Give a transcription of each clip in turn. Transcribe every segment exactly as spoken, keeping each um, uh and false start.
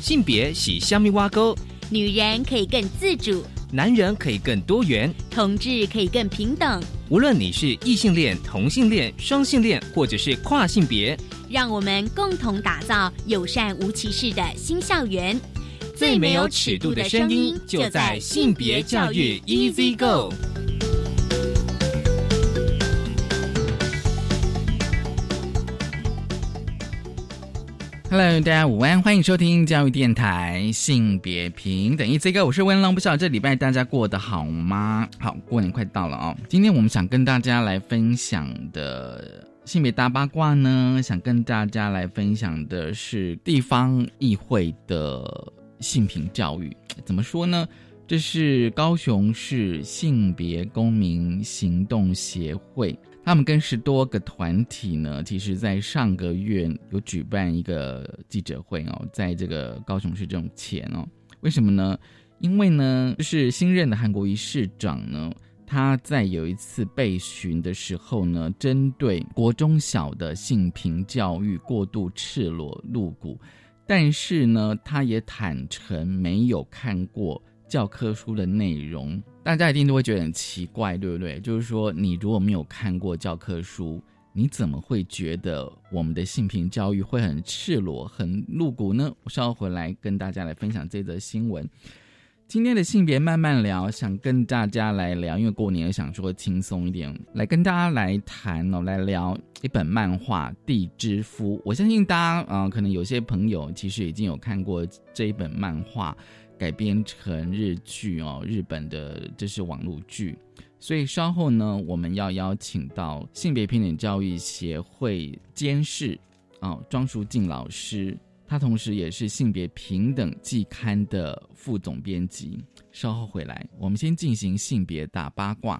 性别是虾米挖沟， 女人可以更自主， 男人可以更多元， 同志可以更平等。 无论你是异性恋、同性恋、双性恋，或者是跨性别， 让我们共同打造友善无歧视的新校园。 最没有尺度的声音，就在性别教育 Easy Go。Hello， 大家午安，欢迎收听教育电台性别平等Easy Go，我是温龙。不晓得这礼拜大家过得好吗？好，过年快到了哦。今天我们想跟大家来分享的性别大八卦呢，想跟大家来分享的是地方议会的性平教育。怎么说呢？这是高雄市性别公民行动协会，他们跟十多个团体呢，其实在上个月有举办一个记者会哦，在这个高雄市政前哦。为什么呢？因为呢，就是新任的韩国瑜市长呢，他在有一次备询的时候呢，针对国中小的性平教育过度赤裸露骨，但是呢，他也坦诚没有看过教科书的内容。大家一定都会觉得很奇怪，对不对？就是说你如果没有看过教科书，你怎么会觉得我们的性平教育会很赤裸很露骨呢？我稍后回来跟大家来分享这则新闻。今天的性别慢慢聊，想跟大家来聊，因为过年想说轻松一点，来跟大家来谈哦，来聊一本漫画《地之夫》。我相信大家呃，可能有些朋友其实已经有看过这一本漫画，改编成日剧哦，日本的这是网络剧。所以稍后呢，我们要邀请到性别平等教育协会监事哦，庄淑静老师。他同时也是性别平等季刊的副总编辑。稍后回来，我们先进行性别大八卦。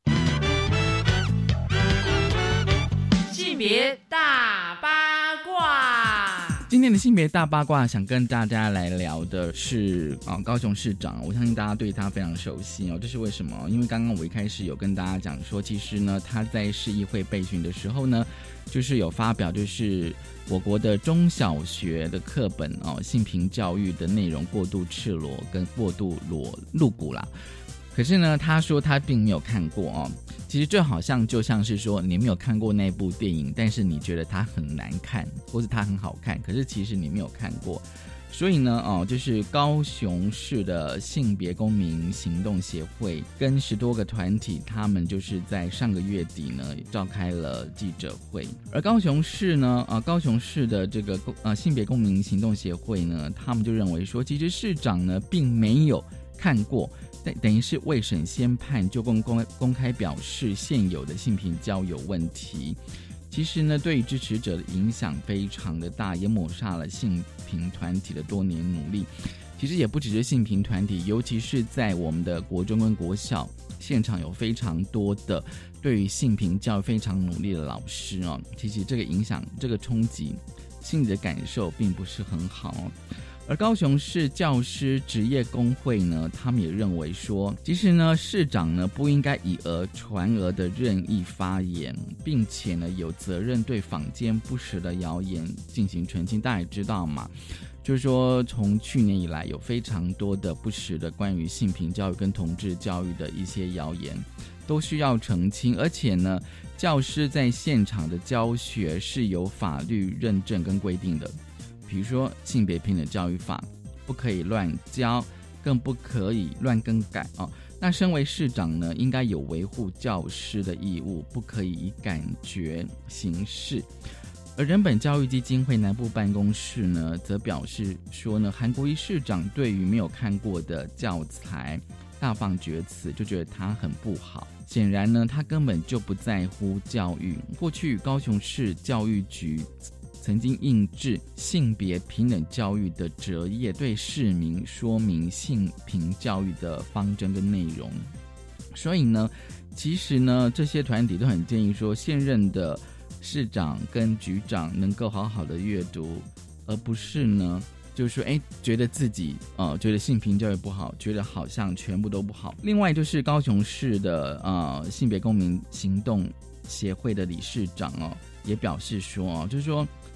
性别大八卦， 今天的性别大八卦想跟大家来聊的是、哦、高雄市长。我相信大家对他非常熟悉哦，这是为什么？因为刚刚我一开始有跟大家讲说，其实呢，他在市议会备询的时候呢，就是有发表就是我国的中小学的课本哦，性平教育的内容过度赤裸跟过度裸露骨啦。可是呢，他说他并没有看过哦。其实这好像就像是说你没有看过那部电影，但是你觉得它很难看，或是它很好看，可是其实你没有看过。所以呢，哦，就是高雄市的性别公民行动协会跟十多个团体，他们就是在上个月底呢召开了记者会。而高雄市呢，呃，高雄市的这个呃性别公民行动协会呢，他们就认为说，其实市长呢并没有看过。等于是未审先判就公公公开表示现有的性平教育有问题。其实呢，对于支持者的影响非常的大，也抹杀了性平团体的多年努力。其实也不只是性平团体，尤其是在我们的国中跟国小现场有非常多的对于性平教育非常努力的老师哦。其实这个影响、这个冲击，心里的感受并不是很好哦。而高雄市教师职业工会呢，他们也认为说，其实呢，市长呢不应该以讹传讹的任意发言，并且呢有责任对坊间不实的谣言进行澄清。大家也知道嘛，就是说从去年以来有非常多的不实的关于性平教育跟同志教育的一些谣言，都需要澄清。而且呢，教师在现场的教学是有法律认证跟规定的。比如说性别平等教育法，不可以乱教，更不可以乱更改哦。那身为市长呢，应该有维护教师的义务，不可以以感觉行事。而人本教育基金会南部办公室呢，则表示说呢，韩国瑜市长对于没有看过的教材大放厥词，就觉得他很不好。显然呢，他根本就不在乎教育。过去高雄市教育局曾经印制性别平等教育的折页，对市民说明性平教育的方针跟内容。所以呢，其实呢，这些团体都很建议说，现任的市长跟局长能够好好的阅读，而不是呢，就是说，哎，觉得自己呃觉得性平教育不好，觉得好像全部都不好。另外就是高雄市的呃性别公民行动协会的理事长哦，也表示说哦，就是说。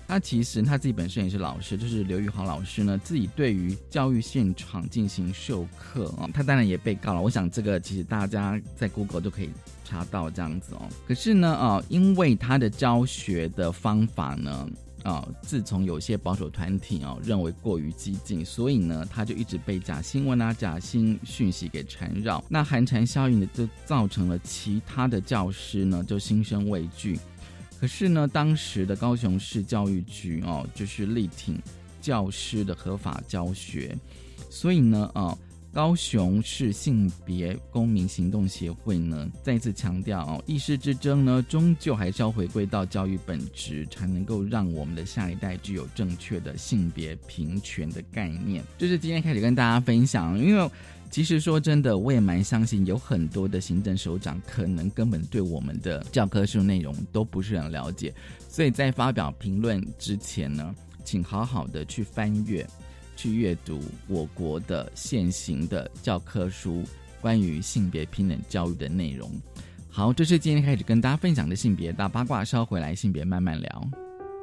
他其实他自己本身也是老师，就是刘宇豪老师呢，自己对于教育现场进行授课哦，他当然也被告了。我想这个其实大家在 Google 都可以查到这样子哦。可是呢，哦，因为他的教学的方法呢，哦，自从有些保守团体哦认为过于激进，所以呢，他就一直被假新闻啊、假新讯息给缠绕。那寒蝉效应呢，就造成了其他的教师呢就心生畏惧。可是呢，当时的高雄市教育局哦，就是力挺教师的合法教学，所以呢，哦，高雄市性别公民行动协会呢，再次强调哦，一师之争呢，终究还是要回归到教育本质，才能够让我们的下一代具有正确的性别平权的概念。就是今天开始跟大家分享，因为其实说真的，我也蛮相信有很多的行政首长可能根本对我们的教科书内容都不是很了解，所以在发表评论之前呢，请好好的去翻阅去阅读我国的现行的教科书关于性别平等教育的内容。好，这是今天开始跟大家分享的性别大八卦，稍回来性别慢慢聊。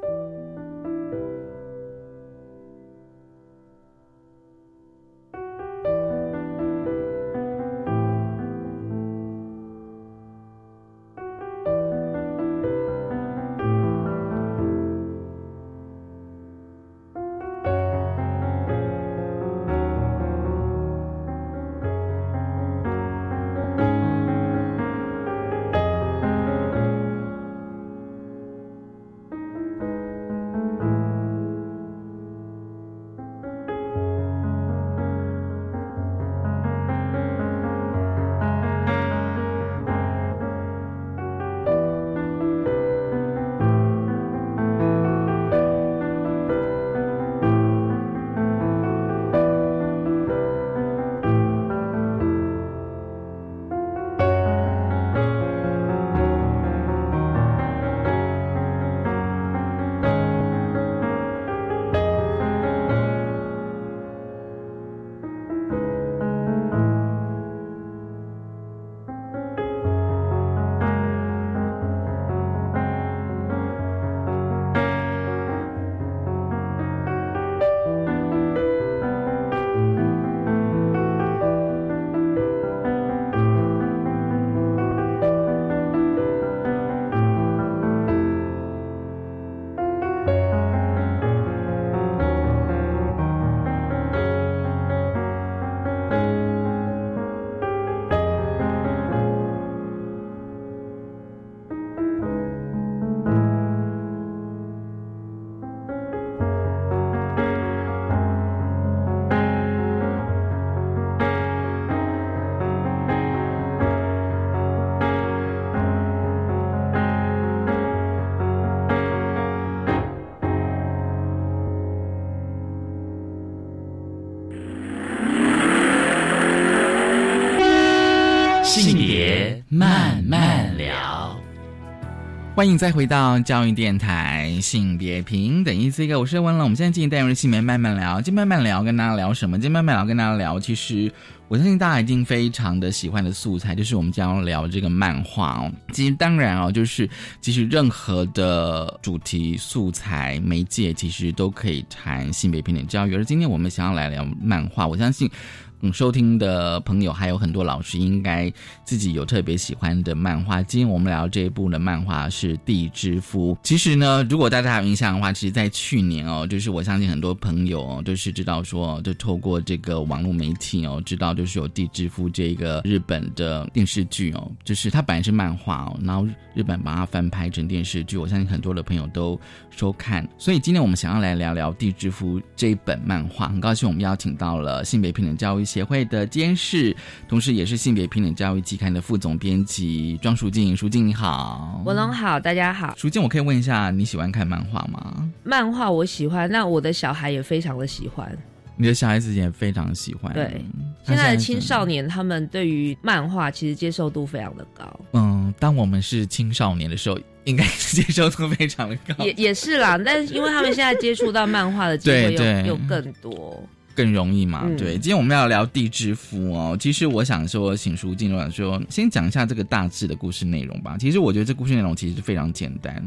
性别慢慢聊， 欢迎再回到教育电台性别平等一 C 个，我是温乐。我们现在进行单元的性别慢慢聊，今天慢慢聊跟大家聊什么？今天慢慢聊跟大家聊，其实我相信大家一定非常的喜欢的素材，就是我们将要聊这个漫画哦。其实当然哦，就是其实任何的主题素材媒介，其实都可以谈性别平等教育。而今天我们想要来聊漫画，我相信嗯，收听的朋友还有很多老师应该自己有特别喜欢的漫画。今天我们聊这一部的漫画是《地之夫》。其实呢，如果大家有印象的话，其实在去年哦，就是我相信很多朋友哦，就是知道说，就透过这个网络媒体哦，知道就是有《地之夫》这个日本的电视剧哦，就是它本来是漫画哦，然后日本把它翻拍成电视剧，我相信很多的朋友都收看。所以今天我们想要来聊聊《地之夫》这一本漫画，很高兴我们邀请到了性别平等教育协会的监事，同时也是性别平等教育期刊的副总编辑庄淑静。淑静你好。 文龙好，大家好。 淑静，我可以问一下你喜欢看漫画吗？ 漫画我喜欢，那我的小孩也非常的喜欢。 你的小孩子也非常喜欢。 对，现在的青少年他们对于漫画其实接受度非常的高。 嗯，当我们是青少年的时候应该是接受度非常的高。 也也是啦，但是因为他们现在接触到漫画的机会又又更多， 更容易嘛、嗯、对。今天我们要聊地之夫哦，其实我想说请淑静说先讲一下这个大致的故事内容吧。其实我觉得这故事内容其实非常简单。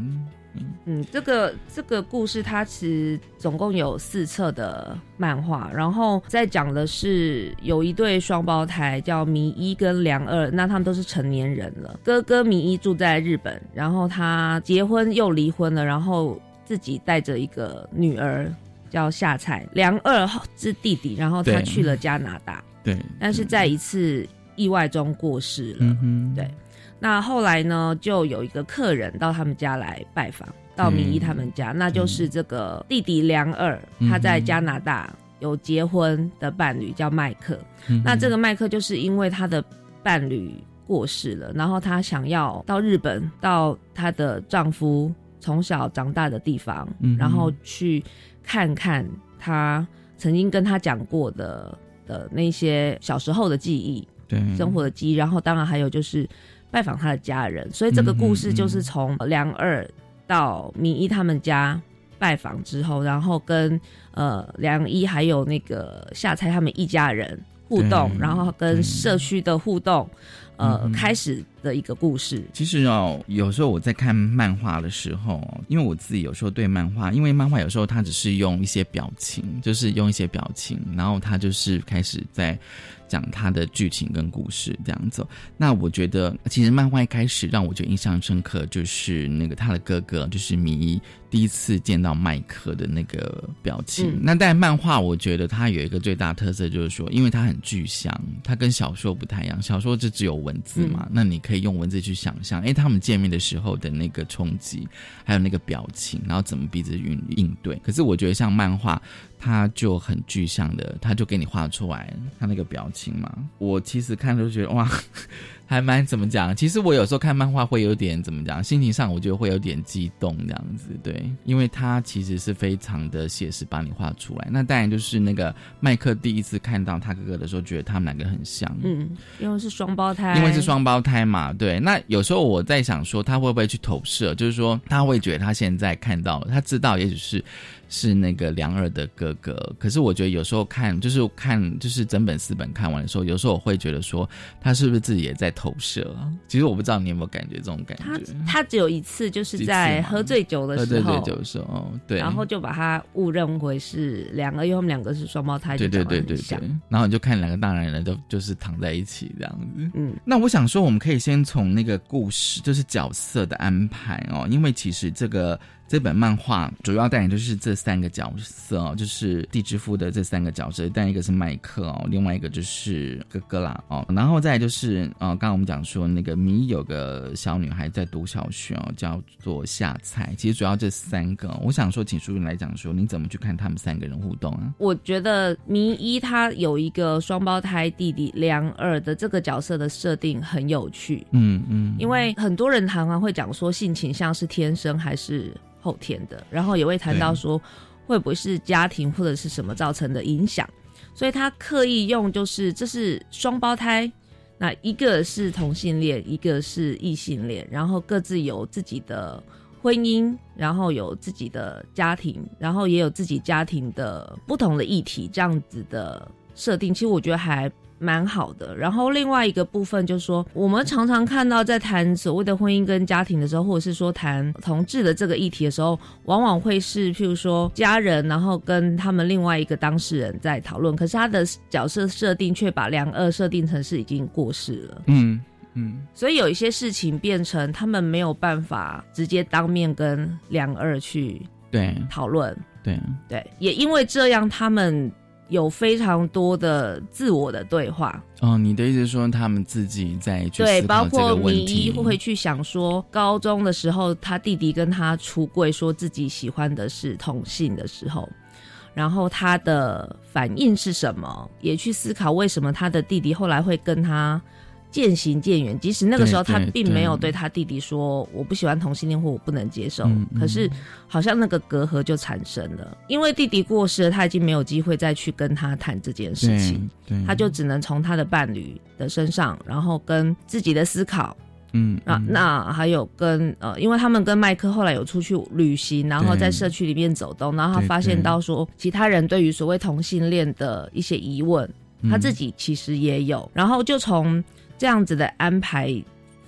嗯，这个这个故事它其实总共有四册的漫画，然后在讲的是有一对双胞胎叫弥一跟良二，那他们都是成年人了。哥哥弥一住在日本，然后他结婚又离婚了，然后自己带着一个女儿叫夏菜。良二是弟弟，然后他去了加拿大， 对， 但是在一次意外中过世了。 嗯哼， 对。那后来呢，就有一个客人到他们家来拜访，到弥一他们家，嗯、那就是这个弟弟良二，嗯、他在加拿大有结婚的伴侣叫麦克。嗯、那这个麦克就是因为他的伴侣过世了，然后他想要到日本，到她的丈夫从小长大的地方，嗯、然后去看看他曾经跟他讲过的的那些小时候的记忆，对，生活的记忆，然后当然还有就是拜访他的家人，所以这个故事就是从良二到弥一他们家拜访之后，然后跟呃良一还有那个夏菜他们一家人互动，然后跟社区的互动，呃、嗯，开始的一个故事。 其实哦，有时候我在看漫画的时候，因为我自己有时候对漫画，因为漫画有时候它只是用一些表情，就是用一些表情，然后它就是开始在讲它的剧情跟故事这样子。那我觉得其实漫画一开始让我觉得印象深刻，就是那个他的哥哥就是弥一第一次见到麦克的那个表情。嗯、那但漫画我觉得它有一个最大特色，就是说因为它很具象，它跟小说不太一样，小说就只有文字嘛，嗯、那你可以用文字去想象哎他们见面的时候的那个冲击，还有那个表情，然后怎么彼此应应对。可是我觉得像漫画它就很具象的，它就给你画出来它那个表情嘛。我其实看就觉得哇，还蛮怎么讲，其实我有时候看漫画会有点怎么讲，心情上我觉得会有点激动这样子。对，因为它其实是非常的写实把你画出来。那当然就是那个麦克第一次看到他哥哥的时候觉得他们两个很像， 嗯，因为是双胞胎， 因为是双胞胎嘛。对，那有时候我在想说他会不会去投射，就是说他会觉得他现在看到了，他知道也许是是那个良二的哥哥，可是我觉得有时候看就是看就是整本四本看完的时候，有时候我会觉得说他是不是自己也在投射啊？其实我不知道你有没有感觉这种感觉。 他他只有一次，就是在喝醉酒的时候， 喝醉酒的时候，对， 然后就把他误认为是两个，因为他们两个是双胞胎， 对对对对对，然后你就看两个大男人就就是躺在一起这样子。嗯，那我想说，我们可以先从那个故事，就是角色的安排哦，因为其实这个。这本漫画主要带领就是这三个角色哦，就是地之父的这三个角色，但一个是麦克哦，另外一个就是哥哥啦哦，然后再来就是呃，刚刚我们讲说那个弥有个小女孩在读小学哦，叫做夏菜。其实主要这三个、哦，我想说，请淑云来讲说，你怎么去看他们三个人互动啊？ 我觉得弥一他有一个双胞胎弟弟良二的这个角色的设定很有趣，嗯嗯，因为很多人常常会讲说性倾向是天生还是后天的，然后也会谈到说会不会是家庭或者是什么造成的影响，所以他刻意用就是这是双胞胎，那一个是同性恋，一个是异性恋，然后各自有自己的婚姻，然后有自己的家庭，然后也有自己家庭的不同的议题，这样子的设定，其实我觉得还蛮好的。然后另外一个部分就是说，我们常常看到在谈所谓的婚姻跟家庭的时候，或者是说谈同志的这个议题的时候，往往会是譬如说家人，然后跟他们另外一个当事人在讨论，可是他的角色设定却把良二设定成是已经过世了。嗯嗯，所以有一些事情变成他们没有办法直接当面跟良二去对讨论，对对，也因为这样他们有非常多的自我的对话。 哦，你的意思是说他们自己在去思考这个问题？ 对，包括弥一会去想说，高中的时候他弟弟跟他出柜说自己喜欢的是同性的时候，然后他的反应是什么，也去思考为什么他的弟弟后来会跟他渐行渐远，即使那个时候他并没有对他弟弟说我不喜欢同性恋或我不能接受，嗯嗯，可是好像那个隔阂就产生了，因为弟弟过世了，他已经没有机会再去跟他谈这件事情，他就只能从他的伴侣的身上，然后跟自己的思考，嗯，那那还有跟呃，因为他们跟麦克后来有出去旅行，然后在社区里面走动，然后他发现到说其他人对于所谓同性恋的一些疑问，他自己其实也有，然后就从这样子的安排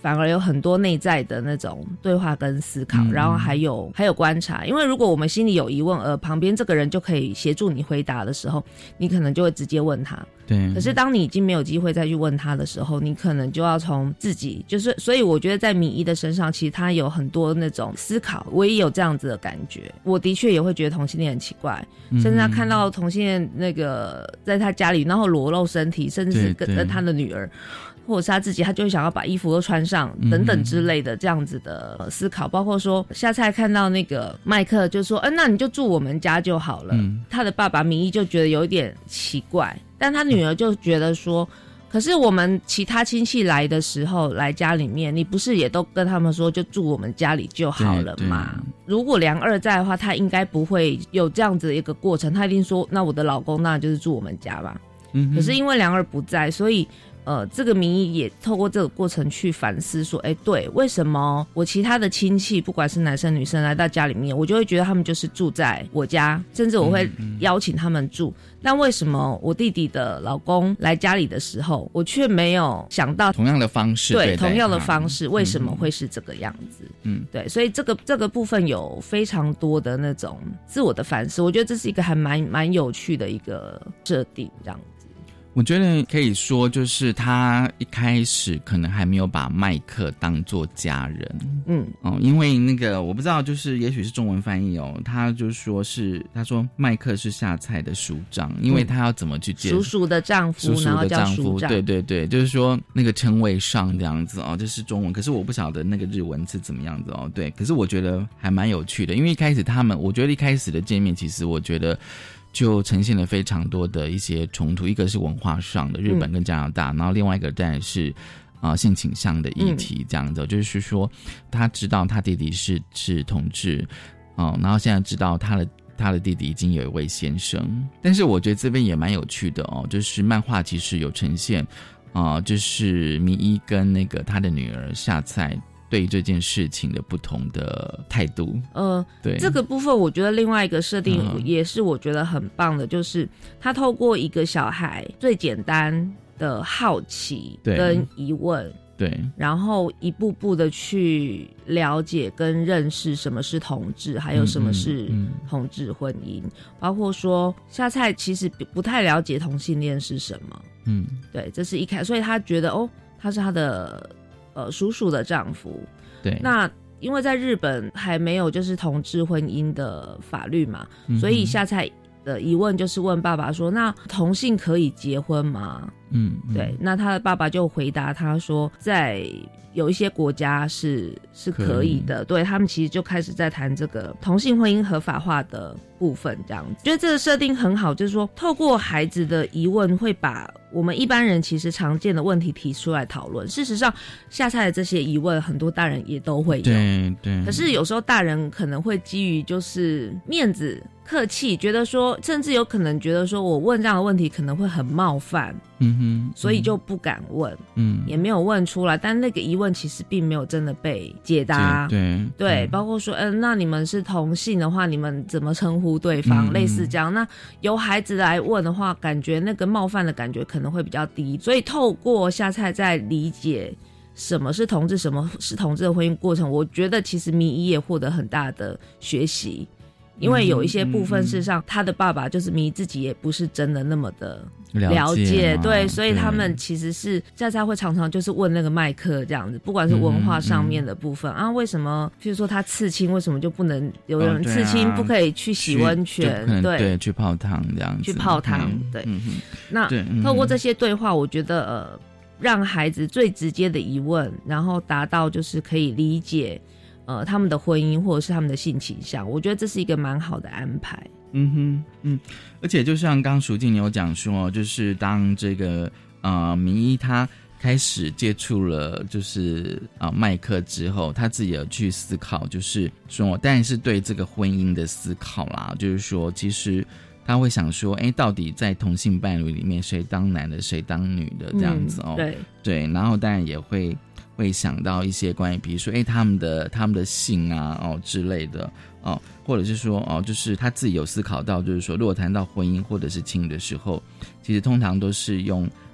反而有很多内在的那种对话跟思考，嗯、然后还有还有观察。因为如果我们心里有疑问，而旁边这个人就可以协助你回答的时候，你可能就会直接问他。 对。 可是当你已经没有机会再去问他的时候，你可能就要从自己，就是所以我觉得在米一的身上，其实他有很多那种思考，我也有这样子的感觉。我的确也会觉得同性恋很奇怪，嗯、甚至他看到同性恋那个在他家里，然后裸露身体，甚至是跟跟他的女儿。或者是他自己，他就会想要把衣服都穿上等等之类的这样子的思考，嗯、包括说下菜看到那个麦克就说，嗯、呃，那你就住我们家就好了。嗯、他的爸爸米一就觉得有一点奇怪，但他女儿就觉得说，可是我们其他亲戚来的时候来家里面，你不是也都跟他们说就住我们家里就好了嘛？如果梁二在的话，他应该不会有这样子的一个过程，他一定说，那我的老公那就是住我们家吧。嗯、可是因为梁二不在，所以。呃，这个名义也透过这个过程去反思说，哎，对，为什么我其他的亲戚不管是男生女生来到家里面，我就会觉得他们就是住在我家，甚至我会邀请他们住，嗯嗯、但为什么我弟弟的老公来家里的时候，我却没有想到同样的方式， 对，同样的方式，为什么会是这个样子？嗯，对，所以这个这个部分有非常多的那种自我的反思，我觉得这是一个还蛮蛮有趣的一个设定，这样子。 我觉得可以说，就是他一开始可能还没有把麦克当作家人，嗯，哦，因为那个我不知道，就是也许是中文翻译哦，他就说是他说麦克是下菜的叔丈，因为他要怎么去接叔叔的丈夫， 叔叔的丈夫， 然后叫对对对，就是说那个称谓上这样子哦，这是中文，可是我不晓得那个日文是怎么样子哦，对，可是我觉得还蛮有趣的，因为一开始他们，我觉得一开始的见面，其实我觉得。就呈现了非常多的一些冲突，一个是文化上的日本跟加拿大，嗯、然后另外一个当然是啊、呃、性倾向的议题，这样子，嗯、就是说他知道他弟弟是是同志，哦、呃，然后现在知道他的他的弟弟已经有一位先生，但是我觉得这边也蛮有趣的哦，就是漫画其实有呈现啊、呃，就是迷一跟那个他的女儿夏菜。对这件事情的不同的态度， 呃，对这个部分，我觉得另外一个设定也是我觉得很棒的，嗯、就是他透过一个小孩最简单的好奇跟疑问， 对， 然后一步步的去了解跟认识什么是同志，还有什么是同志婚姻，嗯嗯嗯、包括说夏菜其实不太了解同性恋是什么，嗯，对，这是一开，所以他觉得哦，他是他的。呃，叔叔的丈夫， 对， 那因为在日本还没有就是同志婚姻的法律嘛，嗯、所以夏菜的疑问就是问爸爸说：“那同性可以结婚吗？”嗯，嗯对，那他的爸爸就回答他说，在有一些国家是是可以的，对他们其实就开始在谈这个同性婚姻合法化的部分，这样子，觉得这个设定很好，就是说透过孩子的疑问，会把我们一般人其实常见的问题提出来讨论。事实上，夏菜的这些疑问，很多大人也都会有， 对对。 可是有时候大人可能会基于就是面子、客气，觉得说，甚至有可能觉得说我问这样的问题可能会很冒犯，嗯哼，所以就不敢问，嗯，也没有问出来。但那个疑问其实并没有真的被解答， 对 对, 对，包括说，嗯、呃，那你们是同性的话，你们怎么称呼对方？嗯、类似这样。那由孩子来问的话，感觉那个冒犯的感觉可能会比较低。所以透过夏菜在理解什么是同志，什么是同志的婚姻过程，我觉得其实迷一也获得很大的学习。因为有一些部分，事实上，他的爸爸就是迷自己也不是真的那么的了解， 了解对，所以他们其实是夏菜会常常就是问那个麦克这样子，不管是文化上面的部分、嗯嗯、啊，为什么，譬如说他刺青，为什么就不能有人刺青、哦啊、不可以去洗温泉，对对，去泡汤这样子， 去泡汤，嗯、对、嗯，那、嗯、透过这些对话，我觉得呃，让孩子最直接的疑问，然后达到就是可以理解。呃，他们的婚姻或者是他们的性倾向，我觉得这是一个蛮好的安排。 嗯哼，嗯，而且就像刚刚淑静有讲说，就是当这个呃明一他开始接触了就是啊、呃、麦克之后，他自己有去思考，就是说，当然是对这个婚姻的思考啦，就是说，其实他会想说，哎，到底在同性伴侣里面，谁当男的，谁当女的这样子哦？ 嗯、对对，然后当然也会。会想到一些关于比如说哎他们的他们的性啊哦之类的哦，或者是说哦就是他自己有思考到，就是说如果谈到婚姻或者是情侣的时候，其实通常都是用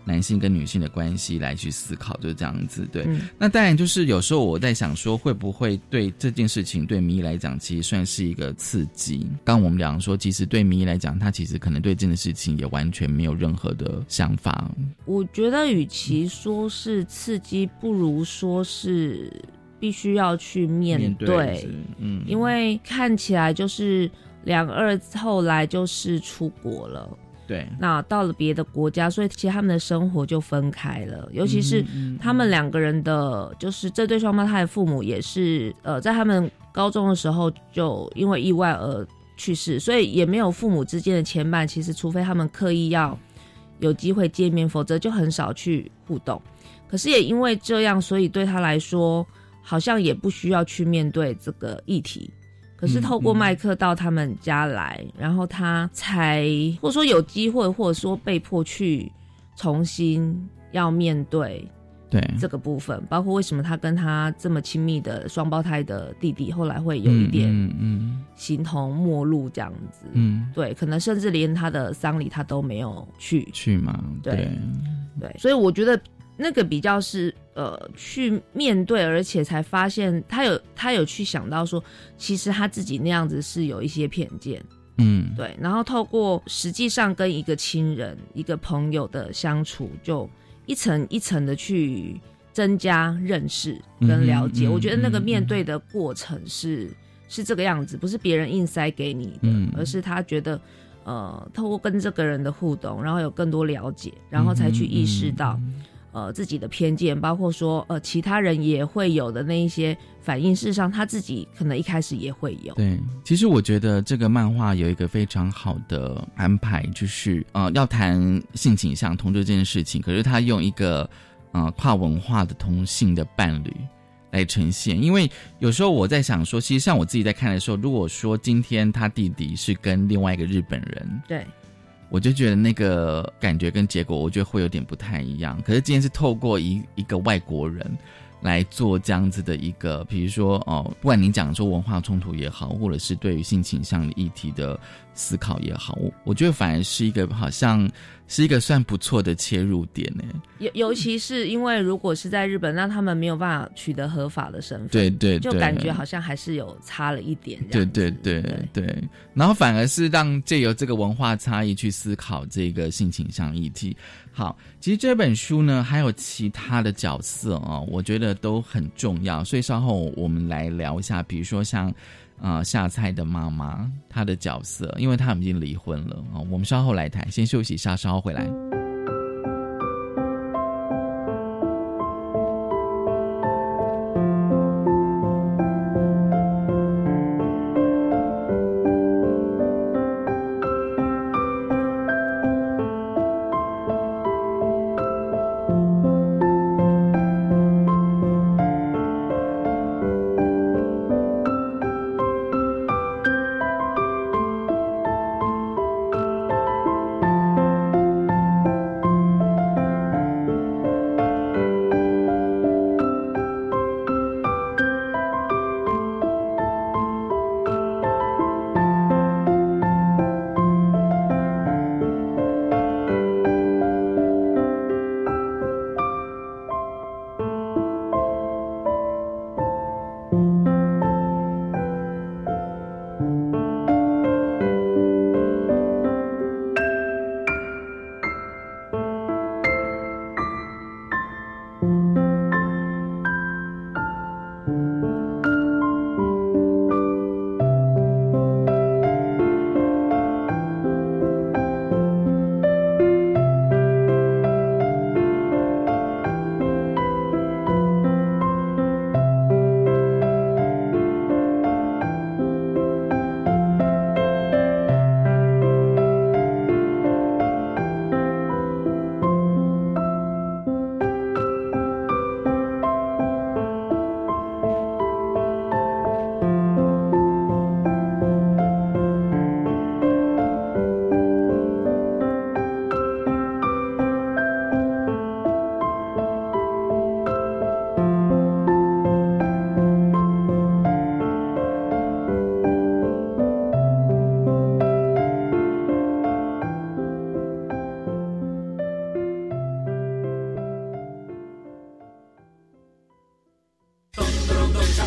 男性跟女性的关系来去思考，就是这样子。对、嗯、那当然就是有时候我在想说会不会对这件事情对迷来讲其实算是一个刺激。刚我们讲说其实对迷来讲他其实可能对这件事情也完全没有任何的想法。 我觉得与其说是刺激不如说是必须要去面对, 面对嗯，因为看起来就是两二后来就是出国了， 对， 那到了别的国家，所以其实他们的生活就分开了，尤其是他们两个人的就是这对双胞胎的父母也是呃，在他们高中的时候就因为意外而去世，所以也没有父母之间的牵绊，其实除非他们刻意要有机会见面，否则就很少去互动。可是也因为这样，所以对他来说好像也不需要去面对这个议题。可是透过麦克到他们家来、嗯嗯、然后他才或者说有机会或者说被迫去重新要面对对这个部分，包括为什么他跟他这么亲密的双胞胎的弟弟后来会有一点形同陌路这样子。嗯，对，可能甚至连他的丧礼他都没有去去嘛。对 对, 对，所以我觉得那个比较是呃去面对，而且才发现他有他有去想到说其实他自己那样子是有一些偏见。嗯，对，然后透过实际上跟一个亲人一个朋友的相处，就一层一层的去增加认识跟了解、嗯嗯、我觉得那个面对的过程是、嗯、是这个样子，不是别人硬塞给你的、嗯、而是他觉得呃透过跟这个人的互动，然后有更多了解，然后才去意识到、嗯嗯呃，自己的偏见，包括说呃其他人也会有的那一些反应，事实上他自己可能一开始也会有。 对，其实我觉得这个漫画有一个非常好的安排，就是呃要谈性倾向同志这件事情，可是他用一个呃跨文化的同性的伴侣来呈现。因为有时候我在想说，其实像我自己在看的时候，如果说今天他弟弟是跟另外一个日本人， 对， 我就觉得那个感觉跟结果我觉得会有点不太一样。可是今天是透过一一个外国人来做这样子的一个，比如说哦，不管你讲说文化冲突也好，或者是对于性倾向的议题的思考也好，我我觉得反而是一个好像是一个算不错的切入点呢。 尤尤其是因为如果是在日本，那他们没有办法取得合法的身份， 对对对， 就感觉好像还是有差了一点这样子。 对对对 对, 对，然后反而是让借由这个文化差异去思考这个性倾向议题。好，其实这本书呢还有其他的角色哦，我觉得都很重要，所以稍后我们来聊一下，比如说像呃夏菜的妈妈她的角色，因为她已经离婚了啊、哦，我们稍后来谈，先休息一下，稍后回来。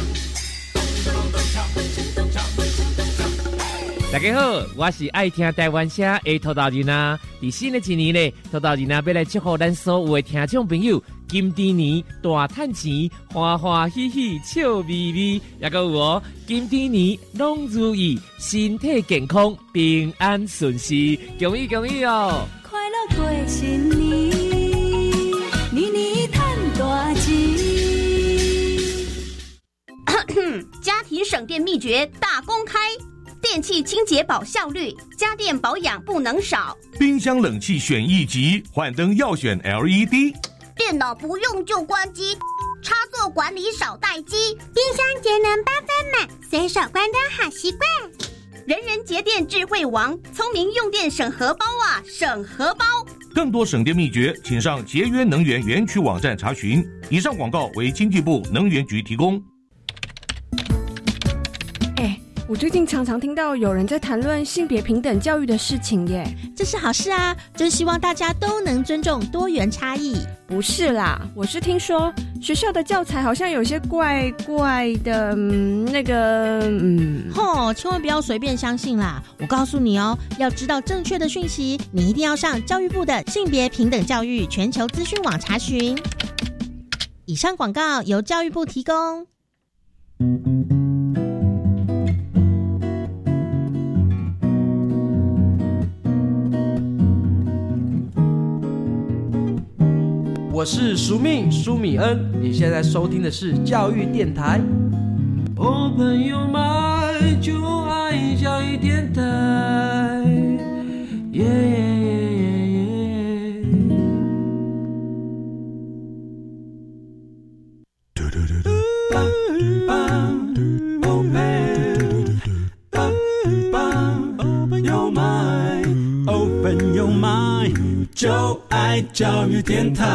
大家好，我是爱听台湾声的土豆人啊。在新的一年呢，土豆人啊要来祝福咱所有的听众朋友，金猪年大赚钱，欢欢喜喜笑眯眯，也个有哦，金猪年拢如意，身体健康，平安顺遂，恭喜恭喜哦！ 快乐过新年，年年赚大钱。 家庭省电秘诀大公开。电器清洁保效率，家电保养不能少。 冰箱冷气选一级，换灯要选 L E D。 电脑不用就关机，插座管理少待机。冰箱节能八分满，随手关灯好习惯。 人人节电智慧王，聪明用电省荷包啊，省荷包。 更多省电秘诀，请上节约能源园区网站查询。以上广告为经济部能源局提供。 我最近常常听到有人在谈论性别平等教育的事情耶， 这是好事啊，就是希望大家都能尊重多元差异。 不是啦，我是听说学校的教材好像有些怪怪的，嗯、那个嗯， 吼，千万不要随便相信啦！我告诉你哦，要知道正确的讯息，你一定要上教育部的性别平等教育全球资讯网查询。以上广告由教育部提供。 我是苏命苏米恩，你现在收听的是教育电台。Open your mind， 就爱教育电台。耶耶耶耶耶。Open your mind，Open your mind， 就爱教育电台。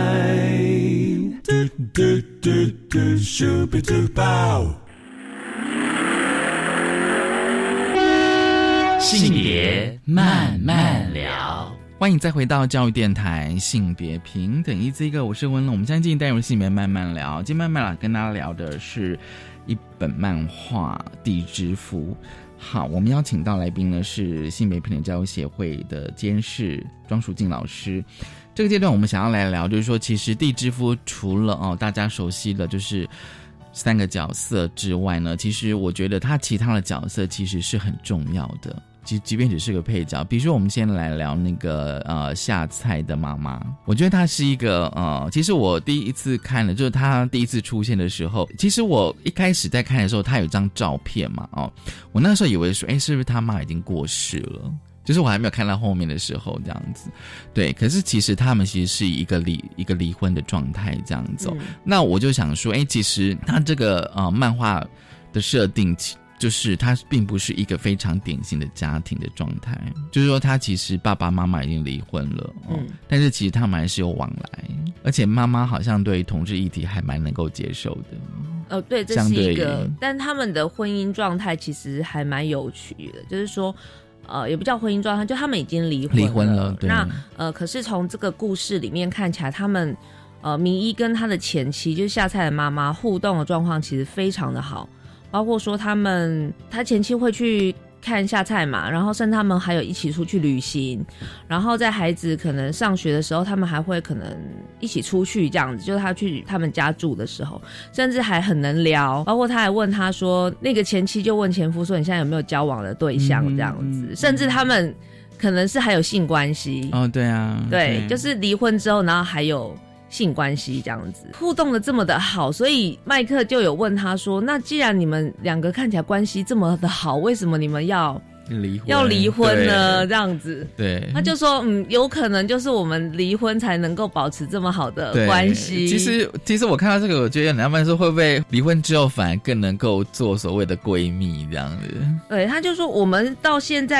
性别慢慢聊， 欢迎再回到教育电台性别平等一这个，我是温龙。我们现在进行单元性别慢慢聊，今天慢慢聊跟大家聊的是一本漫画《地之夫》。好，我们邀请到来宾呢是性别平等教育协会的监事庄淑静老师。这个阶段我们想要来聊，就是说，其实地之夫除了哦大家熟悉的就是三个角色之外呢，其实我觉得他其他的角色其实是很重要的。即即便只是个配角，比如说我们先来聊那个呃下菜的妈妈，我觉得她是一个呃，其实我第一次看了，就是她第一次出现的时候，其实我一开始在看的时候，她有一张照片嘛，哦，我那时候以为说，哎，是不是她妈已经过世了？就是我还没有看到后面的时候这样子，对，可是其实他们其实是一个离一个离婚的状态这样子、哦嗯。那我就想说，哎，其实他这个呃漫画的设定。就是他并不是一个非常典型的家庭的状态，就是说他其实爸爸妈妈已经离婚了、哦嗯、但是其实他们还是有往来，而且妈妈好像对同志议题还蛮能够接受的。 哦，对，这是一个，但他们的婚姻状态其实还蛮有趣的，就是说呃，也不叫婚姻状态，就他们已经离婚了。离婚了，对。那呃，可是从这个故事里面看起来，他们呃，明一跟他的前妻，就是下菜的妈妈互动的状况其实非常的好。包括说他们他前期会去看下菜嘛，然后甚至他们还有一起出去旅行，然后在孩子可能上学的时候，他们还会可能一起出去这样子，就是他去他们家住的时候，甚至还很能聊。包括他还问他说，那个前妻就问前夫说，你现在有没有交往的对象这样子、嗯、甚至他们可能是还有性关系。 哦，对啊， 对，对，就是离婚之后，然后还有性关系这样子，互动的这么的好，所以麦克就有问他说，那既然你们两个看起来关系这么的好，为什么你们要离婚要离婚呢？这样子，对，他就说，嗯，有可能就是我们离婚才能够保持这么好的关系。 其实，其实我看到这个，我觉得他们说会不会离婚之后反而更能够做所谓的闺蜜这样子？ 对，他就说我们到现在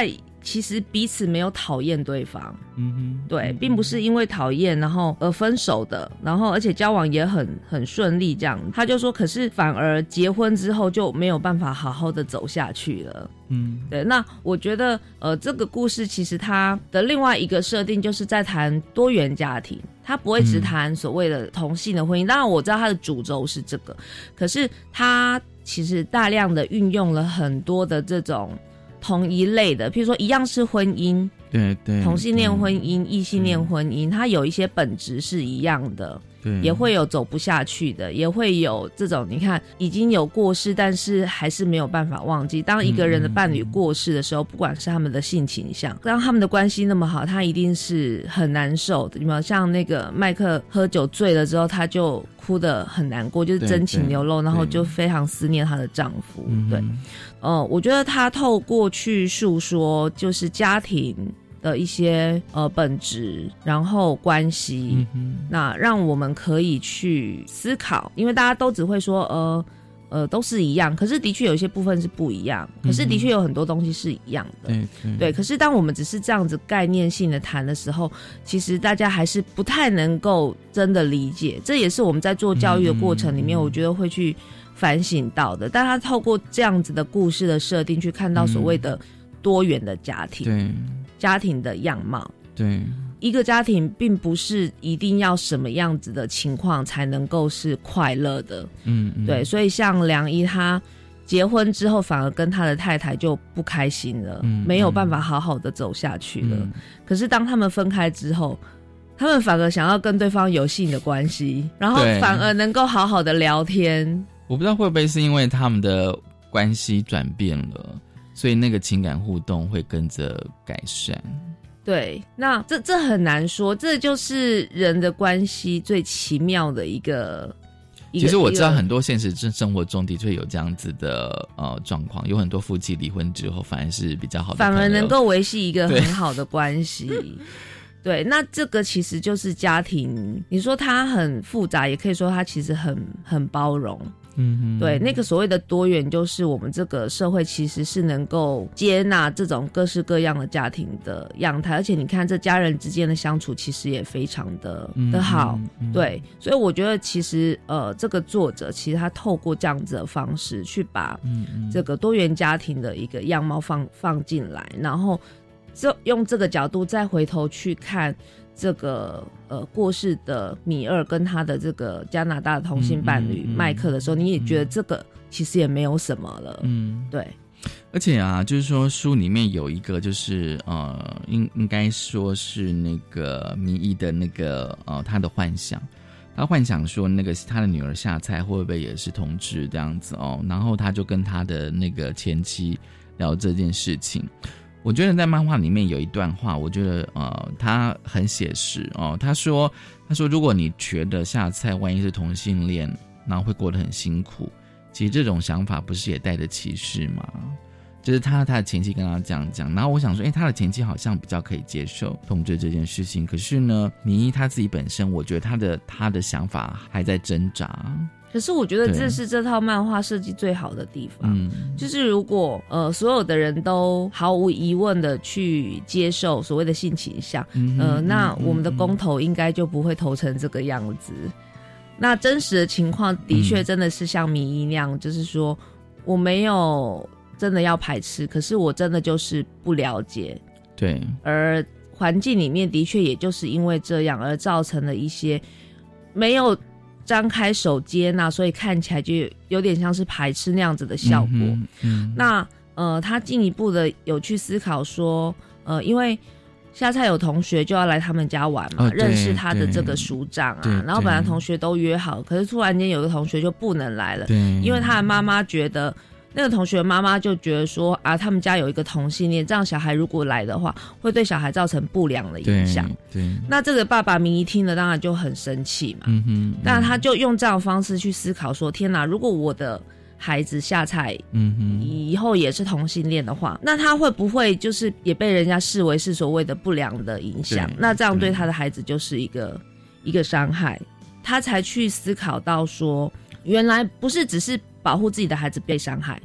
其实彼此没有讨厌对方， 嗯哼， 对，并不是因为讨厌然后而分手的，然后而且交往也很很顺利这样。他就说可是反而结婚之后就没有办法好好的走下去了。嗯，对，那我觉得呃这个故事其实它的另外一个设定就是在谈多元家庭，他不会只谈所谓的同性的婚姻、嗯、当然我知道他的主轴是这个，可是他其实大量的运用了很多的这种同一类的，譬如说一样是婚姻， 对对， 同性恋婚姻、异性恋婚姻，它有一些本质是一样的，对，也会有走不下去的，也会有这种你看已经有过世但是还是没有办法忘记。当一个人的伴侣过世的时候、嗯、不管是他们的性倾向，当他们的关系那么好，他一定是很难受的。有没有像那个麦克喝酒醉了之后他就哭得很难过，就是真情流露，然后就非常思念她的丈夫。对，呃，我觉得他透过去诉说就是家庭的一些呃本质，然后关系、嗯，那让我们可以去思考，因为大家都只会说呃呃都是一样，可是的确有一些部分是不一样，可是的确有很多东西是一样的，嗯、对, 对。可是当我们只是这样子概念性的谈的时候，其实大家还是不太能够真的理解，这也是我们在做教育的过程里面，我觉得会去反省到的。但他透过这样子的故事的设定，去看到所谓的多元的家庭，对。家庭的样貌，对，一个家庭并不是一定要什么样子的情况才能够是快乐的，嗯, 嗯，对，所以像梁一他结婚之后反而跟他的太太就不开心了，嗯，没有办法好好的走下去了、嗯、可是当他们分开之后，他们反而想要跟对方有性的关系，然后反而能够好好的聊天。 我不知道会不会是因为他们的关系转变了，所以那个情感互动会跟着改善。 对，那这这很难说，这就是人的关系最奇妙的一个。 其实我知道很多现实生活中的确有这样子的呃状况，有很多夫妻离婚之后反而是比较好的， 反而能够维系一个很好的关系。对，那这个其实就是家庭，你说它很复杂，也可以说它其实很很包容。嗯，对，那个所谓的多元，就是我们这个社会其实是能够接纳这种各式各样的家庭的样态，而且你看这家人之间的相处其实也非常的、嗯、的好、嗯、对，所以我觉得其实呃，这个作者其实他透过这样子的方式去把这个多元家庭的一个样貌放放进来，然后就用这个角度再回头去看这个呃过世的米二跟他的这个加拿大的同性伴侣麦克的时候、嗯嗯、你也觉得这个其实也没有什么了。嗯，对。 而且啊，就是说书里面有一个就是呃应应该说是那个米一的那个呃他的幻想，他幻想说那个他的女儿夏菜会不会也是同志这样子哦，然后他就跟他的那个前妻聊这件事情。我觉得在漫画里面有一段话，我觉得呃，他很写实哦。他说，他说，如果你觉得夏菜万一是同性恋，然后会过得很辛苦，其实这种想法不是也带着歧视吗？就是他他的前妻跟他这样讲，然后我想说，哎，他的前妻好像比较可以接受同志这件事情，可是呢，米一他自己本身，我觉得他的他的想法还在挣扎。 可是我觉得这是这套漫画设计最好的地方，嗯，就是如果呃所有的人都毫无疑问的去接受所谓的性倾向，嗯、呃，那我们的公投应该就不会投成这个样子。那真实的情况的确真的是像米一那样，嗯、就是说我没有真的要排斥，可是我真的就是不了解， 对， 而环境里面的确也就是因为这样而造成了一些没有张开手接纳，所以看起来就有点像是排斥那样子的效果。嗯嗯、那呃，他进一步的有去思考说，呃，因为夏菜有同学就要来他们家玩嘛，哦、认识他的这个署长啊，然后本来同学都约好，可是突然间有个同学就不能来了，因为他的妈妈觉得。那个同学妈妈就觉得说啊，他们家有一个同性恋，这样小孩如果来的话，会对小孩造成不良的影响。对，对那这个爸爸米一听了，当然就很生气嘛。嗯哼，那他就用这样的方式去思考说：天哪，如果我的孩子夏菜，嗯哼，以后也是同性恋的话，那他会不会就是也被人家视为是所谓的不良的影响？那这样对他的孩子就是一个一个伤害。他才去思考到说，原来不是只是保护自己的孩子被伤害，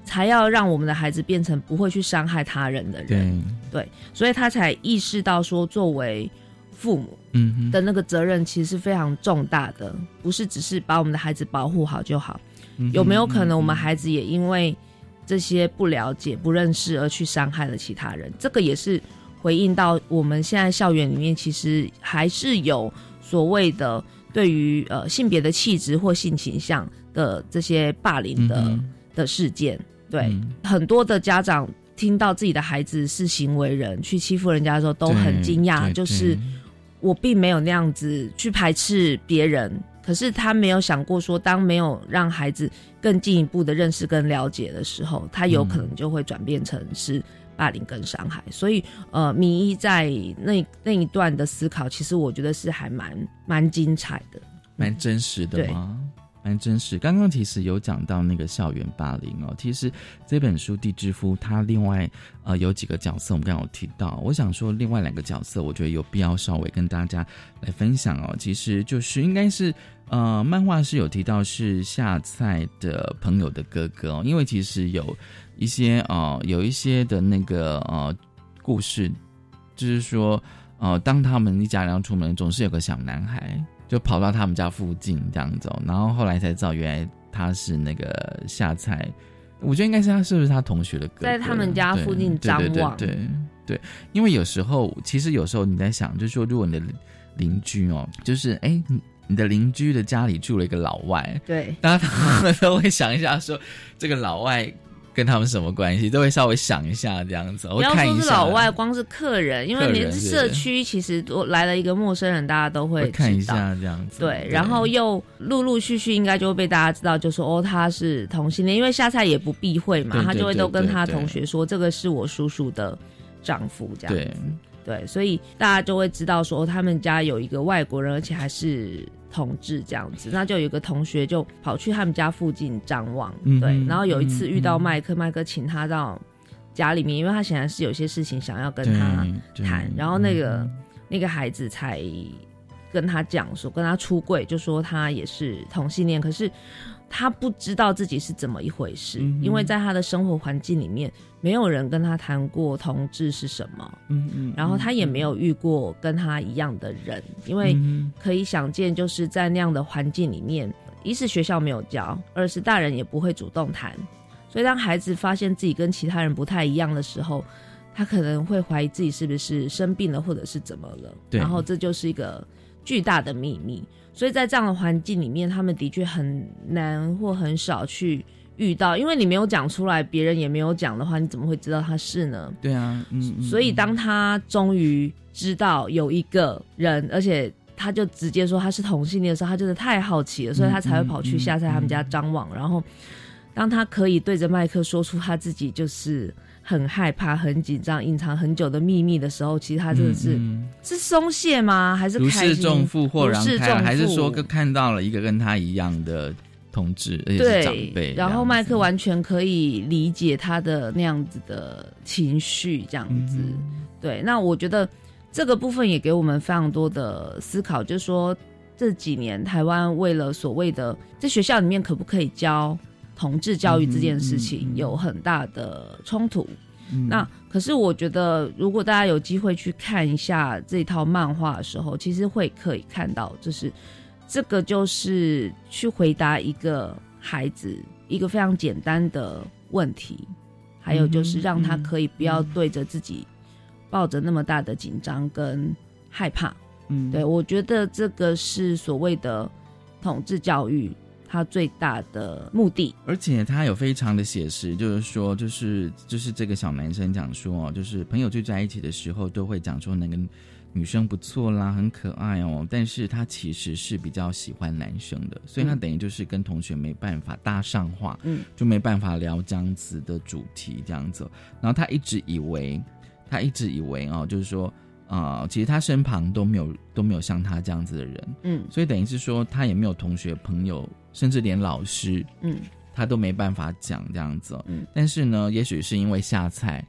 才要让我们的孩子变成不会去伤害他人的人。对，对，所以他才意识到说，作为父母的那个责任其实是非常重大的，不是只是把我们的孩子保护好就好。嗯、有没有可能我们孩子也因为这些不了解、不认识而去伤害了其他人？这个也是回应到我们现在校园里面其实还是有所谓的对于呃性别的气质或性倾向的这些霸凌的、嗯、的事件。对、嗯，很多的家长听到自己的孩子是行为人去欺负人家的时候都很惊讶，就是我并没有那样子去排斥别人，可是他没有想过说，当没有让孩子更进一步的认识跟了解的时候，他有可能就会转变成是霸凌跟伤害。所以呃，米一在那那一段的思考，其实我觉得是还蛮蛮精彩的， 蛮真实的吗？蛮真实。刚刚其实有讲到那个校园霸凌哦，其实这本书《地之夫》它另外呃有几个角色我们刚刚有提到，我想说另外两个角色我觉得有必要稍微跟大家来分享哦。其实就是应该是呃漫画是有提到是夏菜的朋友的哥哥哦，因为其实有一些呃有一些的那个呃故事，就是说呃当他们一家人要出门，总是有个小男孩就跑到他们家附近这样子，然后后来才知道原来他是那个夏菜，我觉得应该是他，是不是他同学的哥哥， 在他们家附近张望。 对对 对, 对, 对, 对，因为有时候其实有时候你在想，就是说如果你的邻居哦，就是哎你的邻居的家里住了一个老外， 对， 大家他们都会想一下说这个老外跟他们什么关系，都会稍微想一下这样子。 不要说是老外，光是客人，因为你社区其实来了一个陌生人，大家都会知道看一下这样子。 对，然后又陆陆续续应该就会被大家知道，就说哦他是同性恋，因为夏菜也不避讳嘛，对对对对对，他就会都跟他同学说这个是我叔叔的丈夫这样子。对，对，所以大家就会知道说、哦、他们家有一个外国人，而且还是同志这样子。那就有一个同学就跑去他们家附近张望、嗯、对，然后有一次遇到麦克、嗯、麦克请他到家里面，因为他显然是有些事情想要跟他谈，然后那个、嗯、那个孩子才跟他讲说，跟他出柜，就说他也是同性恋，可是他不知道自己是怎么一回事、嗯、因为在他的生活环境里面没有人跟他谈过同志是什么，嗯嗯，然后他也没有遇过跟他一样的人，因为可以想见就是在那样的环境里面，一是学校没有教，二是大人也不会主动谈，所以当孩子发现自己跟其他人不太一样的时候，他可能会怀疑自己是不是生病了或者是怎么了，然后这就是一个巨大的秘密。所以在这样的环境里面，他们的确很难或很少去遇到，因为你没有讲出来，别人也没有讲的话，你怎么会知道他是呢？ 对啊，嗯，嗯， 所以当他终于知道有一个人，而且他就直接说他是同性恋的时候，他真的太好奇了，所以他才会跑去夏菜他们家张望、嗯嗯嗯、然后当他可以对着麦克说出他自己就是很害怕、很紧张、隐藏很久的秘密的时候，其实他真的是、嗯、是松懈吗？还是开心？ 如释重负，豁然开朗，还是说看到了一个跟他一样的同志，而且是长辈？ 然后麦克完全可以理解他的那样子的情绪，这样子、嗯。对，那我觉得这个部分也给我们非常多的思考，就是说这几年台湾为了所谓的在学校里面可不可以教同志教育这件事情有很大的冲突、嗯、那可是我觉得如果大家有机会去看一下这套漫画的时候，其实会可以看到，就是这个就是去回答一个孩子一个非常简单的问题，还有就是让他可以不要对着自己抱着那么大的紧张跟害怕。嗯，对，我觉得这个是所谓的同志教育它最大的目的， 而且他有非常的写实，就是说就是就是这个小男生讲说哦，就是朋友聚在一起的时候都会讲说那个女生不错啦，很可爱哦，但是他其实是比较喜欢男生的，所以他等于就是跟同学没办法搭上话，嗯，就没办法聊这样子的主题这样子。然后他一直以为他一直以为哦，就是说呃，其实他身旁都没有都没有像他这样子的人，嗯，所以等于是说他也没有同学朋友，甚至连老师，嗯，他都没办法讲这样子、哦，嗯，但是呢，也许是因为夏菜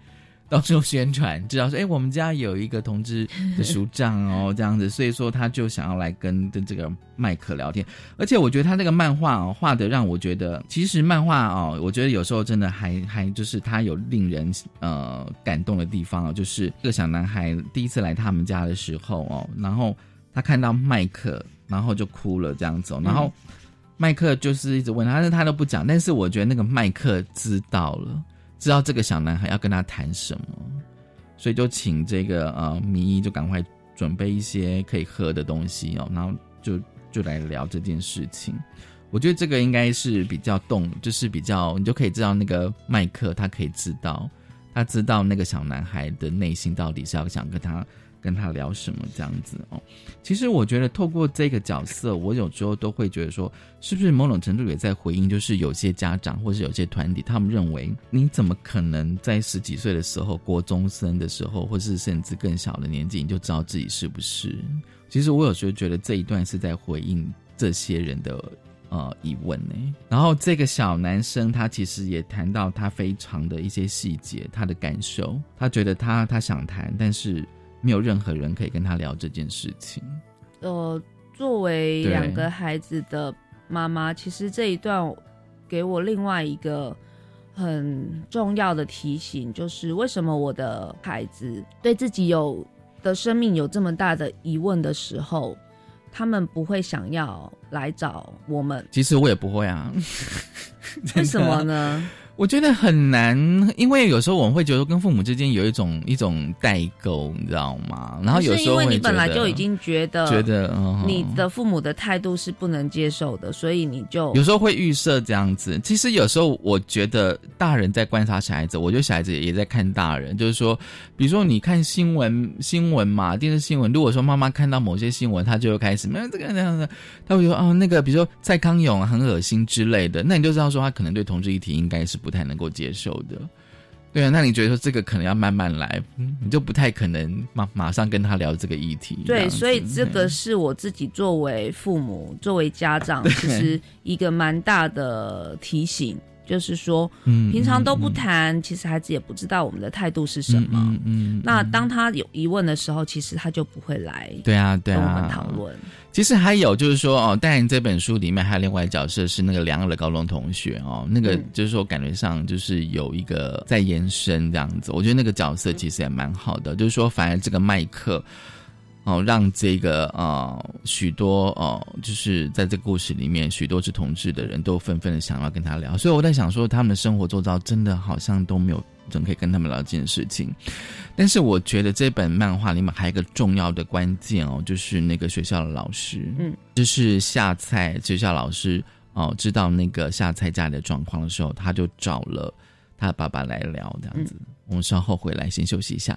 到处宣传，知道说，哎、欸，我们家有一个同志的署长哦，这样子，所以说他就想要来跟跟这个麦克聊天。而且我觉得他那个漫画哦画的让我觉得，其实漫画哦，我觉得有时候真的还还就是他有令人呃感动的地方哦，就是这个小男孩第一次来他们家的时候哦，然后他看到麦克，然后就哭了这样子、哦，然后麦克就是一直问他，但是他都不讲，但是我觉得那个麦克知道了。知道这个小男孩要跟他谈什么，所以就请这个呃迷医就赶快准备一些可以喝的东西哦，然后就就来聊这件事情。我觉得这个应该是比较动，就是比较你就可以知道那个麦克他可以知道，他知道那个小男孩的内心到底是要想跟他跟他聊什么这样子哦。其实我觉得透过这个角色，我有时候都会觉得说，是不是某种程度也在回应，就是有些家长或是有些团体，他们认为你怎么可能在十几岁的时候，国中生的时候，或是甚至更小的年纪，你就知道自己是不是？其实我有时候觉得这一段是在回应这些人的呃疑问呢。然后这个小男生他其实也谈到他非常的一些细节，他的感受，他觉得他他想谈，但是没有任何人可以跟他聊这件事情。 呃，作为两个孩子的妈妈，其实这一段给我另外一个很重要的提醒，就是为什么我的孩子对自己有的生命有这么大的疑问的时候，他们不会想要来找我们。 其实我也不会啊。 为什么呢？ 我觉得很难，因为有时候我们会觉得跟父母之间有一种一种代沟，你知道吗？然后有时候会觉得，是因为你本来就已经觉得觉得、嗯、 你的父母的态度是不能接受的，所以你就有时候会预设这样子。其实有时候我觉得大人在观察小孩子，我觉得小孩子也在看大人，就是说，比如说你看新闻新闻嘛，电视新闻，如果说妈妈看到某些新闻，她就会开始没有这个那样的，她会说哦那个，比如说蔡康永很恶心之类的，那你就知道说他可能对同志议题应该是不太能够接受的。对啊，那你觉得说这个可能要慢慢来，你就不太可能马马上跟他聊这个议题。 对，所以这个是我自己作为父母、作为家长，其实一个蛮大的提醒，就是说，嗯，平常都不谈，嗯、其实孩子也不知道我们的态度是什么。嗯 嗯, 嗯，那当他有疑问的时候，其实他就不会来对啊对啊跟我们讨论。 其实还有就是说哦，当然这本书里面还有另外一个角色是那个两二的高中同学哦，那个就是说感觉上就是有一个在延伸这样子，我觉得那个角色其实也蛮好的，就是说反而这个麦克哦，让这个呃许多哦、呃，就是在这个故事里面许多是同志的人都纷纷的想要跟他聊，所以我在想说他们的生活周遭真的好像都没有人可以跟他们聊这件事情。但是我觉得这本漫画里面还有一个重要的关键哦，就是那个学校的老师，嗯，就是夏菜学校老师哦，知道那个夏菜家里的状况的时候，他就找了他的爸爸来聊这样子。嗯、我们稍后回来先休息一下。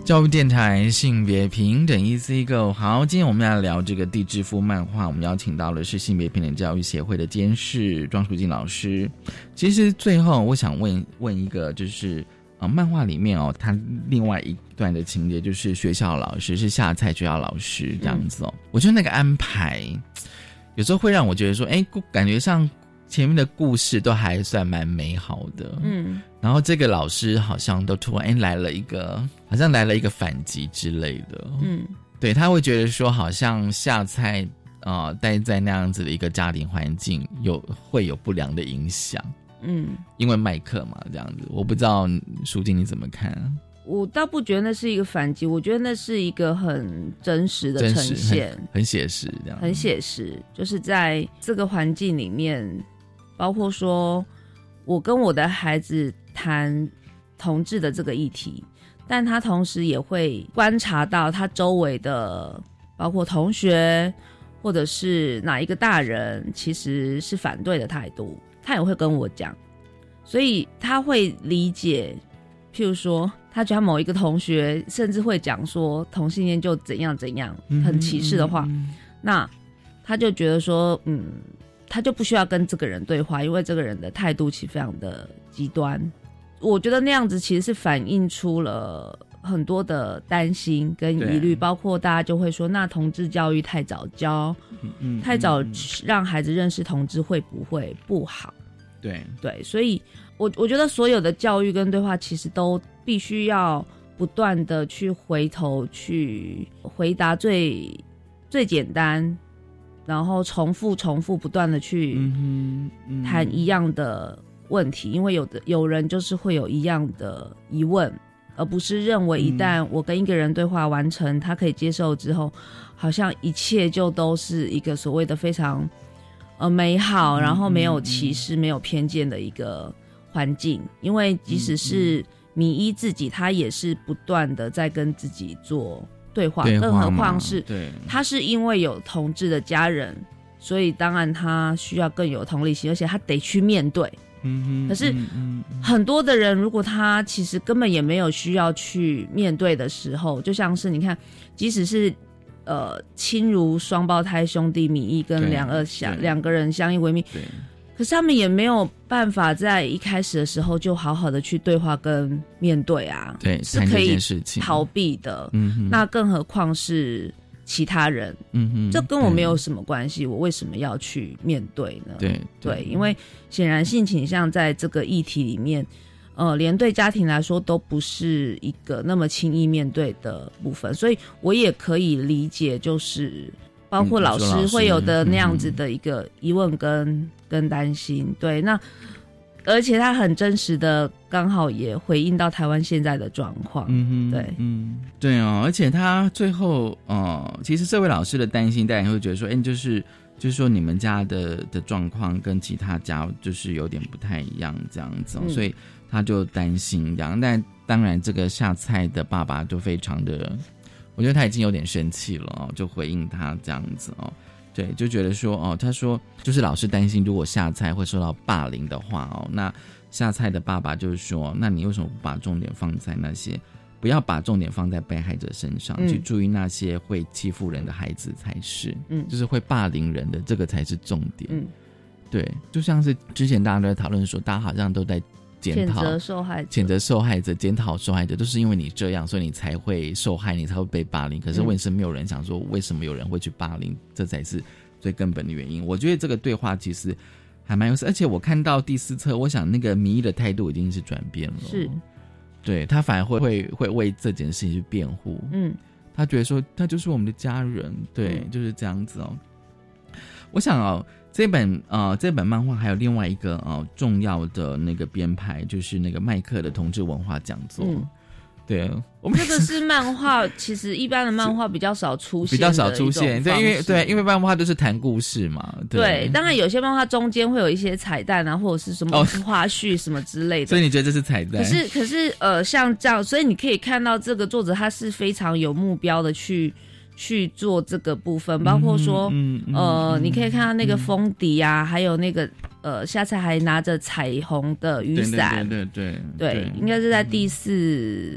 教育电台性别平等 E C Go。 好，今天我们要聊这个地质夫漫画，我们邀请到的是性别平等教育协会的监事庄淑静老师。其实最后我想问问一个，就是呃，漫画里面哦，它另外一段的情节就是学校老师是下菜学校老师这样子哦、嗯、我觉得那个安排有时候会让我觉得说，哎，感觉上前面的故事都还算蛮美好的，嗯，然后这个老师好像都突然哎来了一个，好像来了一个反击之类的，嗯，对，他会觉得说好像下菜啊、呃，待在那样子的一个家庭环境有会有不良的影响，嗯，因为麦克嘛这样子，我不知道淑静你怎么看啊？ 我倒不觉得那是一个反击，我觉得那是一个很真实的呈现， 很, 很写实这样， 很写实，就是在这个环境里面，包括说我跟我的孩子谈同志的这个议题，但他同时也会观察到他周围的包括同学或者是哪一个大人其实是反对的态度，他也会跟我讲，所以他会理解，譬如说他觉得某一个同学甚至会讲说同性恋就怎样怎样很歧视的话、嗯嗯、那他就觉得说嗯，他就不需要跟这个人对话，因为这个人的态度其实非常的极端。我觉得那样子其实是反映出了很多的担心跟疑虑，包括大家就会说那同志教育太早教、嗯嗯、太早让孩子认识同志会不会不好， 对对，所以我我觉得所有的教育跟对话其实都必须要不断的去回头去回答最最简单，然后重复重复不断的去谈一样的问题、嗯嗯、因为有的有人就是会有一样的疑问，而不是认为一旦我跟一个人对话完成、嗯、他可以接受之后，好像一切就都是一个所谓的非常呃美好、嗯、然后没有歧视、嗯、没有偏见的一个环境。因为即使是米一自己他也是不断的在跟自己做对话，更何况是他是因为有同志的家人，所以当然他需要更有同理心，而且他得去面对。嗯，可是很多的人如果他其实根本也没有需要去面对的时候，就像是你看即使是呃亲如双胞胎兄弟米一跟梁二相两个人相依为命，可是他们也没有办法在一开始的时候就好好的去对话跟面对啊， 对， 是可以逃避的。嗯，那更何况是其他人，嗯哼，这跟我没有什么关系，我为什么要去面对呢？ 对对, 对，因为显然性倾向在这个议题里面，呃，连对家庭来说都不是一个那么轻易面对的部分，所以我也可以理解，就是包括老师会有的那样子的一个疑问跟、嗯、跟担心。对，那而且他很真实的刚好也回应到台湾现在的状况。嗯，对， 嗯，对哦，而且他最后呃其实这位老师的担心大家会觉得说，哎，就是就是说你们家的的状况跟其他家就是有点不太一样这样子、哦嗯、所以他就担心这样。但当然这个下菜的爸爸就非常的，我觉得他已经有点生气了哦，就回应他这样子哦。对，就觉得说哦，他说就是老师担心如果下菜会受到霸凌的话哦，那下菜的爸爸就是说，那你为什么不把重点放在那些，不要把重点放在被害者身上、嗯、去注意那些会欺负人的孩子才是，嗯，就是会霸凌人的这个才是重点。嗯，对，就像是之前大家都在讨论说，大家好像都在检讨谴责受害者， 谴责受害者，检讨受害者，都是因为你这样，所以你才会受害，你才会被霸凌。可是为什么没有人想说，为什么有人会去霸凌？这才是最根本的原因。我觉得这个对话其实还蛮有意思，而且我看到第四册，我想那个民意的态度已经是转变了， 是， 对，他反而会会会为这件事情去辩护。嗯，他觉得说他就是我们的家人，对，嗯、就是这样子哦。我想哦。这本呃，这本漫画还有另外一个呃重要的那个编排，就是那个麦克的同志文化讲座。嗯，对， 我们这个是漫画，其实一般的漫画比较少出现， 比较少出现，对，因为对，因为漫画都是谈故事嘛。对， 对，当然有些漫画中间会有一些彩蛋啊，或者是什么花絮什么之类的。 所以你觉得这是彩蛋？ 可是可是呃，像这样，所以你可以看到这个作者他是非常有目标的去。去做这个部分，包括说，嗯嗯、呃、嗯，你可以看到那个封底啊，嗯、还有那个呃，下菜还拿着彩虹的雨伞， 对对对 对, 对, 对, 对，应该是在第四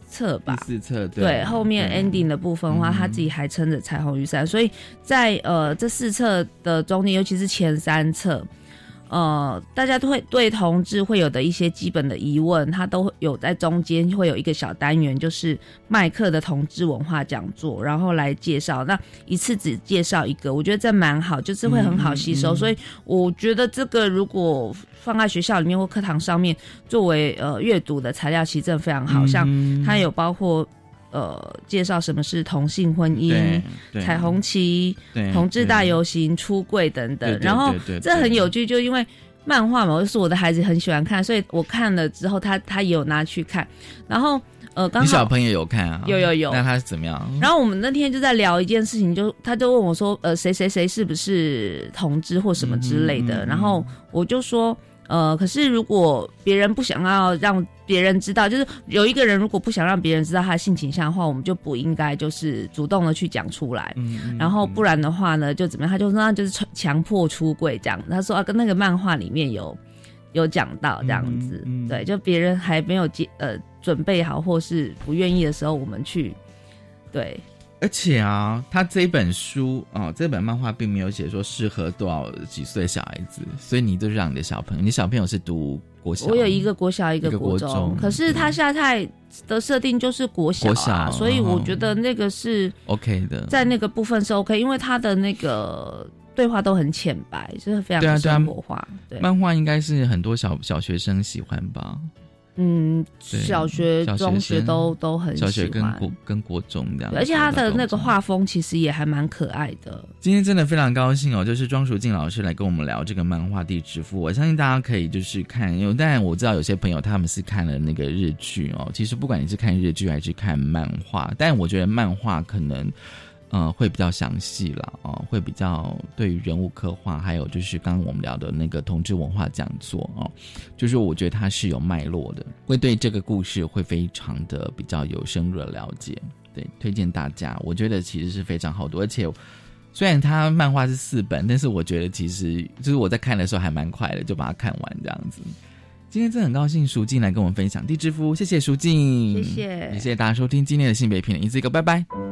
册吧， 第四册 对, 对，后面 ending 的部分的话，他自己还撑着彩虹雨伞，所以在呃这四册的中间，尤其是前三册。呃，大家都会对同志会有的一些基本的疑问，他都有在中间会有一个小单元，就是麦克的同志文化讲座，然后来介绍。那一次只介绍一个，我觉得这蛮好，就是会很好吸收。嗯嗯嗯所以我觉得这个如果放在学校里面或课堂上面，作为呃阅读的材料，其实真的非常好。嗯嗯像它有包括。呃，介绍什么是同性婚姻、彩虹旗、同志大游行、出柜等等，然后这很有趣，就因为漫画嘛，就是我的孩子很喜欢看，所以我看了之后他，他他也有拿去看，然后呃，刚好你小朋友有看啊？ 有有有， 那他是怎么样？ 然后我们那天就在聊一件事情，就他就问我说，呃，谁谁谁是不是同志或什么之类的，嗯嗯嗯然后我就说。呃，可是如果别人不想要让别人知道，就是有一个人如果不想让别人知道他的性倾向的话，我们就不应该就是主动的去讲出来。嗯嗯、然后不然的话呢，就怎么样？他就说那就是强迫出柜这样。他说啊，跟那个漫画里面有有讲到这样子，嗯嗯、对，就别人还没有接呃准备好或是不愿意的时候，我们去对。 而且啊，他这本书哦，这本漫画并没有写说适合多少几岁小孩子，所以你就让你的小朋友，你小朋友是读国小， 我有一个国小，一个国中，国中可是他下太的设定就是国小啊，国小所以我觉得那个是 OK 的， 在那个部分是 OK， 因为他的那个对话都很浅白，就是非常生活化。对,、啊对,啊、对， 漫画应该是很多小小学生喜欢吧。 嗯，小学、中学都都很喜欢， 小学跟国跟国中这样， 而且他的那个画风其实也还蛮可爱的。 今天真的非常高兴哦，就是庄淑静老师来跟我们聊这个漫画《地之父》，我相信大家可以就是看，因为当然我知道有些朋友他们是看了那个日剧哦，其实不管你是看日剧还是看漫画，但我觉得漫画可能。呃，会比较详细啦，哦，会比较对于人物刻画，还有就是刚刚我们聊的那个同志文化讲座哦，就是我觉得它是有脉络的，会对这个故事会非常的比较有深入的了解，对，推荐大家，我觉得其实是非常好读，而且虽然它漫画是四本，但是我觉得其实就是我在看的时候还蛮快的，就把它看完这样子。今天真的很高兴淑静来跟我们分享地之夫，谢谢淑静， 谢谢， 也谢谢大家收听今天的性别平等一字一个，拜拜。